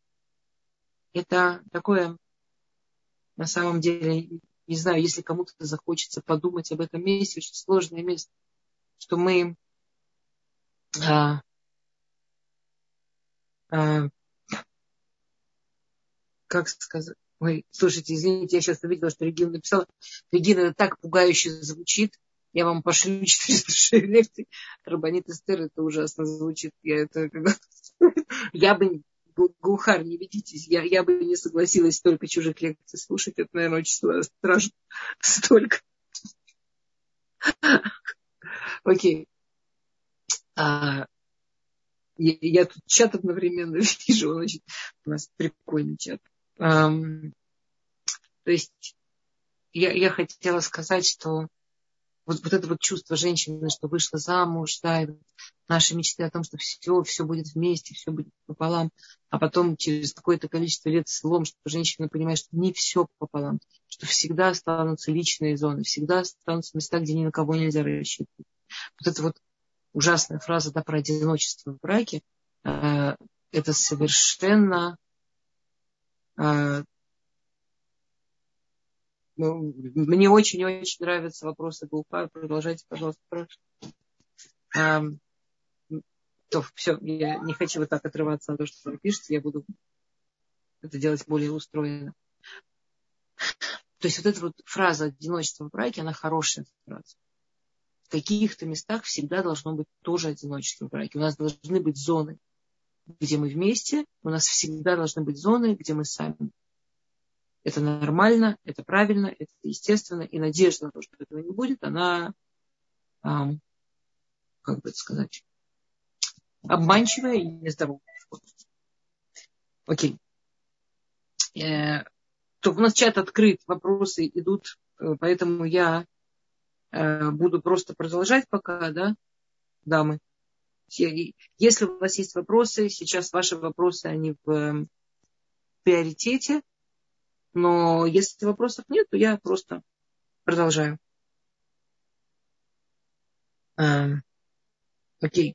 A: Это такое, на самом деле, не знаю, если кому-то захочется подумать об этом месте, очень сложное место, что мы как сказать, ой, слушайте, извините, я сейчас увидела, что Регина написала. Регина, это так пугающе звучит. Я вам пошлю 406 лекций. Рабанит Эстер, это ужасно звучит. Я бы, Гухар, не ведитесь, я бы не согласилась столько чужих лекций слушать. Это, наверное, очень страшно. Столько. Окей. Я тут чат одновременно вижу. Он очень у нас прикольный чат. То есть я хотела сказать, что вот это вот чувство женщины, что вышла замуж, да, и наши мечты о том, что все будет вместе, все будет пополам, а потом через какое-то количество лет слом, что женщина понимает, что не все пополам, что всегда останутся личные зоны, всегда останутся места, где ни на кого нельзя рассчитывать. Вот эта вот ужасная фраза, да, про одиночество в браке, это совершенно мне очень-очень нравятся вопросы Гулфа. Продолжайте, пожалуйста, спрашивать. Все, я не хочу вот так отрываться от того, что вы пишете. Я буду это делать более устроено. То есть вот эта вот фраза «одиночество в браке», она хорошая фраза. В каких-то местах всегда должно быть тоже одиночество в браке. У нас должны быть зоны, где мы вместе. У нас всегда должны быть зоны, где мы сами. Это нормально, это правильно, это естественно. И надежда на то, что этого не будет, она, как бы это сказать, обманчивая и нездоровая. Окей. У нас чат открыт, вопросы идут, поэтому я буду просто продолжать пока, да, дамы. Если у вас есть вопросы, сейчас ваши вопросы, они в приоритете, но если вопросов нет, то я просто продолжаю. Окей.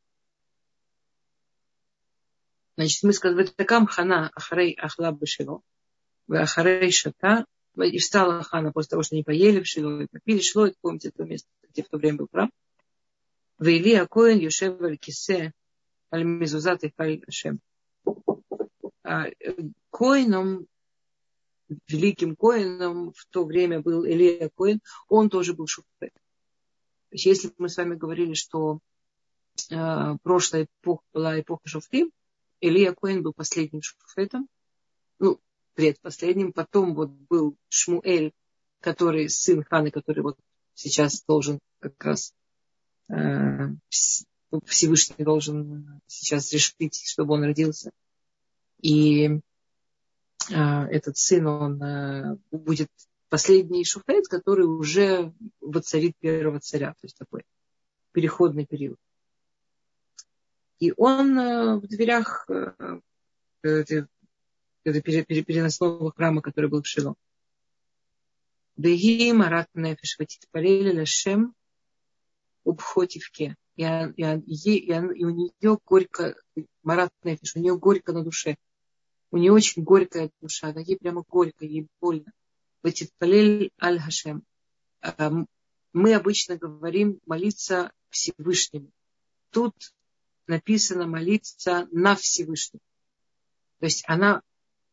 A: Значит, мы сказали, такам хана ахарей ахла бешило, ахарей шата, и встала хана после того, что они поели в Шило и попили Шило, и помните это место, где в то время был храм. Вейли Акоин Йошев аль Кисе аль Мезузат и Халь Ашем. Коином, великим коином в то время был Илия Коин, он тоже был шуфет. То есть, если мы с вами говорили, что прошлая эпоха была эпоха шуфтим, Илия Коин был последним шуфетом, предпоследним, потом вот был Шмуэль, который сын Ханы, который вот сейчас должен как раз Всевышний должен сейчас решить, чтобы он родился. И этот сын, он будет последний шуфет, который уже воцарит первого царя. То есть такой переходный период. И он в дверях переносного храма, который был в Шило. Беги марат нефеш ватитпалели лашем убхотивке. И у нее горько, марат нефеш, у нее горько на душе. У нее очень горькая душа, она ей прямо горько, ей больно. Ватитпалель аль хашем. Мы обычно говорим молиться Всевышнему. Тут написано молиться на Всевышнего. То есть она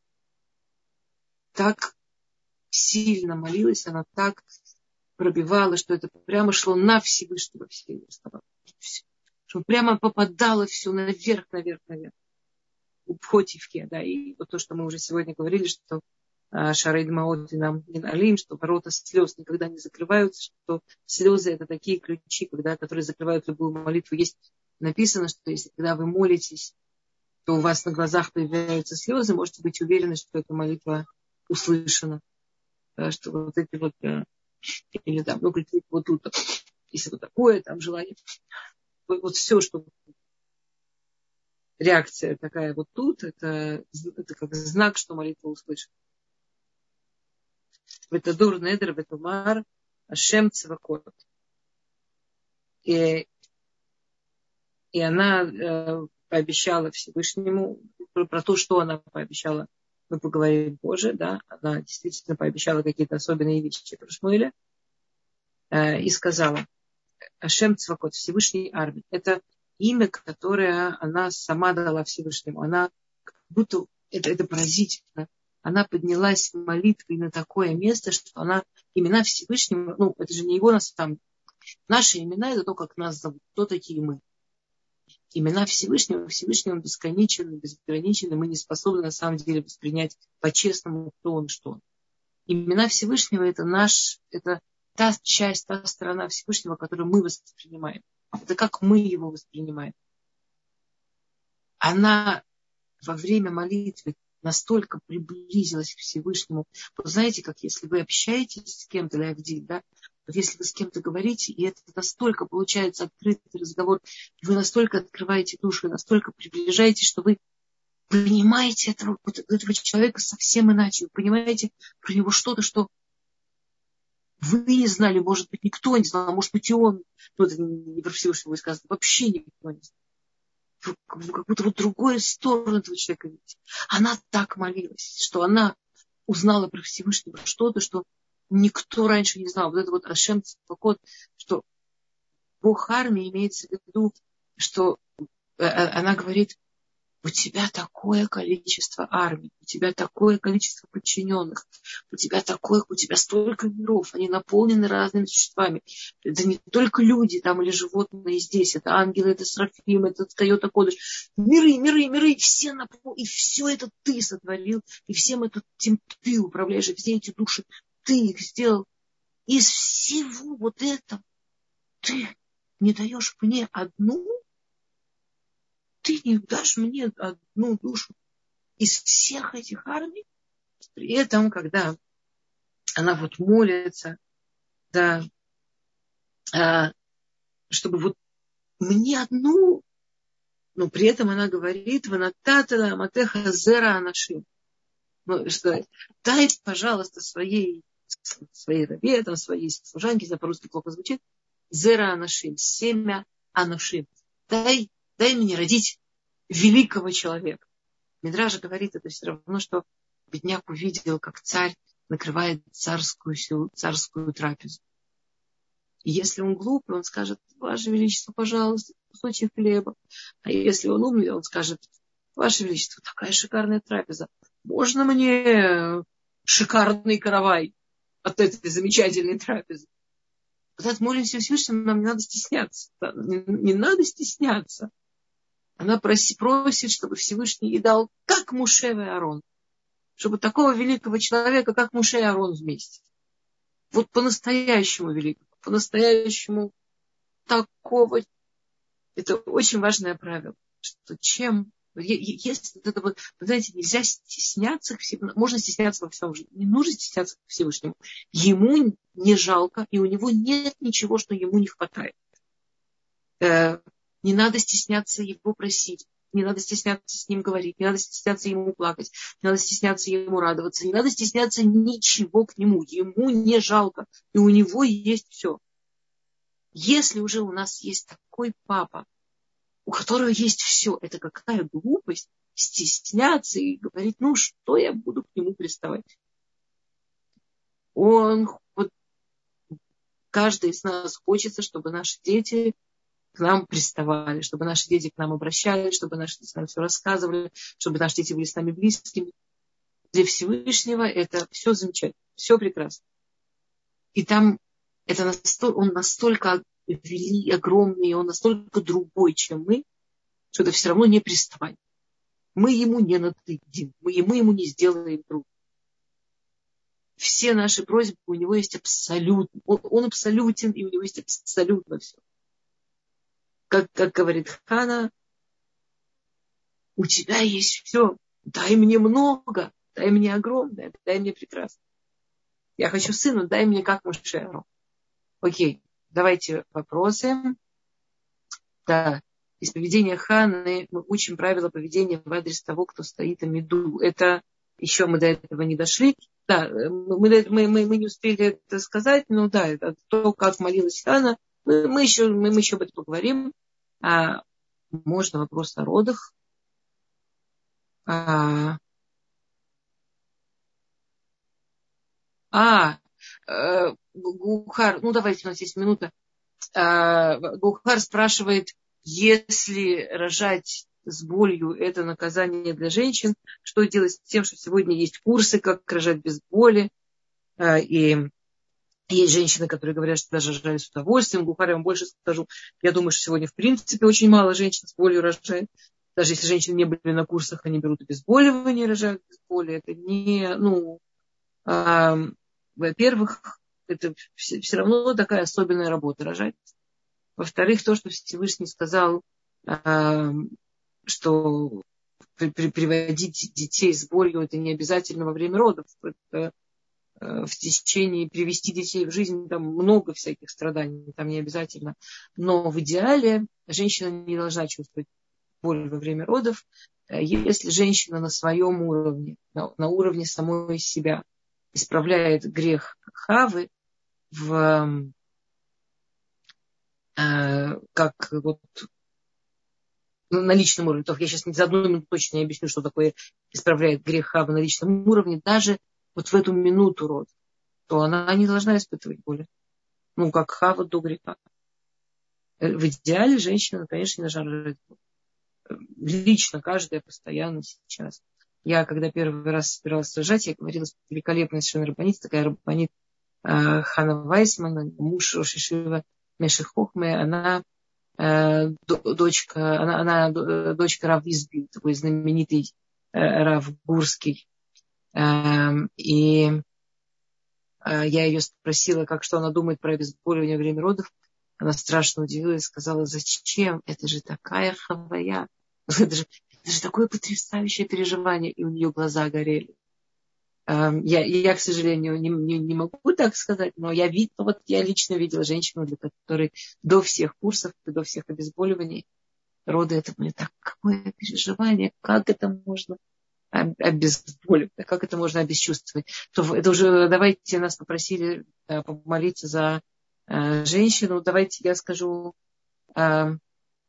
A: так сильно молилась, она так пробивала, что это прямо шло на Всевышнего, что прямо попадало все наверх. У Пхотивке, да, и вот то, что мы уже сегодня говорили, что Шарей Дмаот и нам Алим, что ворота слез никогда не закрываются, что слезы это такие ключи, которые закрывают любую молитву. Есть написано, что если когда вы молитесь, то у вас на глазах появляются слезы, можете быть уверены, что эта молитва услышана. Что вот эти вот, или там, ну, вот тут, если вот такое, там желание. Вот все, что реакция такая вот тут, это как знак, что молитва услышана. Ветадур недер ветумар Ашем Цвакот. И она пообещала Всевышнему, про то, что она пообещала, мы поговорим позже, да, она действительно пообещала какие-то особенные вещи про Шмуэля, и сказала: Ашем Цвакот, Всевышний армии. Это имя, которое она сама дала Всевышнему. Она как будто, это поразительно, она поднялась в молитве на такое место, что она имена Всевышнего, ну, это же не его нас там, наши имена, это то, как нас зовут, кто такие мы. Имена Всевышнего, Всевышний он бесконечен, безграничен, и мы не способны на самом деле воспринять по-честному, кто он, что он. Имена Всевышнего это это та часть, та сторона Всевышнего, которую мы воспринимаем. Это как мы его воспринимаем. Она во время молитвы настолько приблизилась к Всевышнему. Вы знаете, как если вы общаетесь с кем-то, да, вот если вы с кем-то говорите, и это настолько получается открытый разговор, вы настолько открываете душу, настолько приближаетесь, что вы понимаете этого человека совсем иначе. Вы понимаете про него что-то, что вы не знали, может быть, никто не знал, может быть, и он, ну, это не про Всевышнего сказано, вообще никто не знал. Вы как будто вот другую сторону этого человека видите. Она так молилась, что она узнала про Всевышнего что-то, что никто раньше не знал. Вот это вот Ашем Цвакот, что Бог армии имеется в виду, что она говорит: у тебя такое количество армий, у тебя такое количество подчиненных, у тебя столько миров, они наполнены разными существами. Это не только люди там или животные здесь, это ангелы, это Серафим, это Тойота Кодыш. Миры, все наполнены, и все это ты сотворил, и всем этим ты управляешь, и все эти души ты их сделал. Из всего вот этого ты не даешь мне одну? Ты не дашь мне одну душу из всех этих армий? При этом, когда она вот молится, да, чтобы вот мне одну, но при этом она говорит: «Ванатата матеха зера анашим». Ну, что дай, пожалуйста, своей рабе, там, своей служанке, если по-русски плохо звучит, зера анашим, семя анашим. Дай мне родить великого человека. Мидраш говорит, это все равно, что бедняк увидел, как царь накрывает царскую трапезу. И если он глупый, он скажет: Ваше Величество, пожалуйста, кусочек хлеба. А если он умный, он скажет: Ваше Величество, такая шикарная трапеза. Можно мне шикарный каравай от этой замечательной трапезы? Когда молимся Всевышнему, нам не надо стесняться. Не надо стесняться. Она просит, чтобы Всевышний ей дал, как Моше и Аарон. Чтобы такого великого человека, как Моше и Аарон вместе. Вот по-настоящему великого. По-настоящему такого. Это очень важное правило. Что если это, вы знаете, нельзя стесняться, можно стесняться во всем. Не нужно стесняться Всевышнему. Ему не жалко, и у него нет ничего, что ему не хватает. Не надо стесняться его просить, не надо стесняться с ним говорить, не надо стесняться ему плакать, не надо стесняться ему радоваться, не надо стесняться ничего к нему. Ему не жалко, и у него есть все. Если уже у нас есть такой папа, у которого есть все, это какая глупость стесняться и говорить: ну что я буду к нему приставать. Каждый из нас хочется, чтобы наши дети к нам приставали, чтобы наши дети к нам обращались, чтобы наши дети нам все рассказывали, чтобы наши дети были с нами близкими. Для Всевышнего это все замечательно, все прекрасно. И там он настолько огромный, он настолько другой, чем мы, что это все равно не приставание. Мы ему не надоедим, мы ему не сделаем друг. все наши просьбы, у него есть абсолют. Он абсолютен, и у него есть абсолютно все. Как говорит Хана, у тебя есть все. Дай мне много, дай мне огромное, дай мне прекрасно. Я хочу сына, дай мне как Моше Аарон. Окей, давайте вопросы. Да, из поведения Ханы мы учим правила поведения в адрес того, кто стоит о меду. Это еще мы до этого не дошли. Да, мы не успели это сказать, но да, это то, как молилась Хана. Мы еще об этом поговорим. Можно вопрос о родах. Гухар, ну давайте, у нас есть минута. Гухар спрашивает, если рожать с болью это наказание для женщин, что делать с тем, что сегодня есть курсы, как рожать без боли, и есть женщины, которые говорят, что даже рожали с удовольствием. Гухар, я вам больше скажу, я думаю, что сегодня в принципе очень мало женщин с болью рожает. Даже если женщины не были на курсах, они берут обезболивание и рожают без боли. Это не, во-первых, это все равно такая особенная работа рожать. Во-вторых, то, что Всевышний сказал, что приводить детей с болью, это не обязательно во время родов. Это в течение, привести детей в жизнь, там много всяких страданий, там не обязательно. Но в идеале женщина не должна чувствовать боль во время родов, если женщина на своем уровне, на уровне самой себя исправляет грех Хавы как вот на личном уровне. Я сейчас за одну минуту точно не объясню, что такое исправляет грех Хавы на личном уровне. Даже вот в эту минуту рода, то она не должна испытывать боли. Как Хава до греха. В идеале женщина, конечно, не должна рожать. Лично каждая постоянно сейчас. Я, когда первый раз собиралась рожать, я говорила с великолепной совершенно раббанит, такая раббанит Хана Вайсман, муж Рош ешивы Меши Хохме, она дочка Рав Изби, такой знаменитый Рав Гурский. И я ее спросила, что она думает про обезболивание во время родов. Она страшно удивилась и сказала, зачем? Это же такая хавая. Это же такое потрясающее переживание. И у нее глаза горели. Я, к сожалению, не могу так сказать, но я лично видела женщину, для которой до всех курсов, до всех обезболиваний роды, это мне такое переживание, как это можно обезболивать, как это можно обесчувствовать. Это уже, давайте, нас попросили помолиться за женщину, давайте я скажу, Сара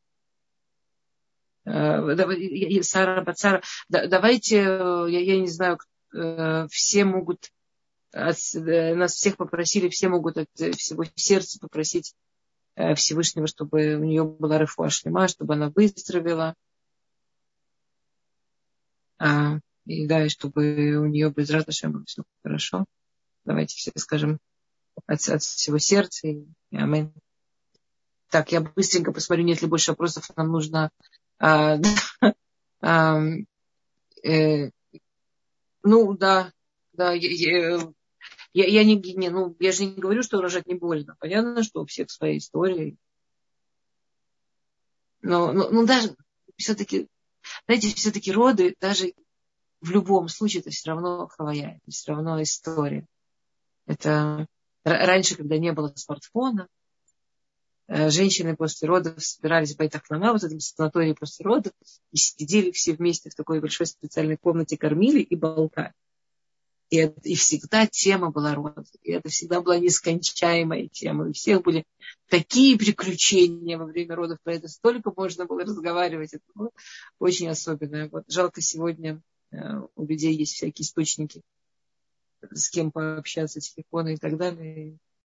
A: Бацара, давайте, я не знаю, все могут, нас всех попросили, все могут от всего сердца попросить Всевышнего, чтобы у нее была рефуа шлема, чтобы она выздоровела. И чтобы у нее без радости было все хорошо. Давайте все скажем от всего сердца. И аминь. Так, я быстренько посмотрю, нет ли больше вопросов. Нам нужно... Я же не говорю, что рожать не больно. Понятно, что у всех свои истории. Но даже все-таки, знаете, все-таки роды, даже в любом случае, это все равно хавая, это все равно история. Это раньше, когда не было смартфона, женщины после родов собирались в Байтахлама, вот в этом санатории после родов, и сидели все вместе в такой большой специальной комнате, кормили и болтали. И всегда тема была родов. И это всегда была нескончаемая тема. И у всех были такие приключения во время родов. Про это столько можно было разговаривать. Это было очень особенное. Жалко, сегодня у людей есть всякие источники, с кем пообщаться, телефоны и так далее.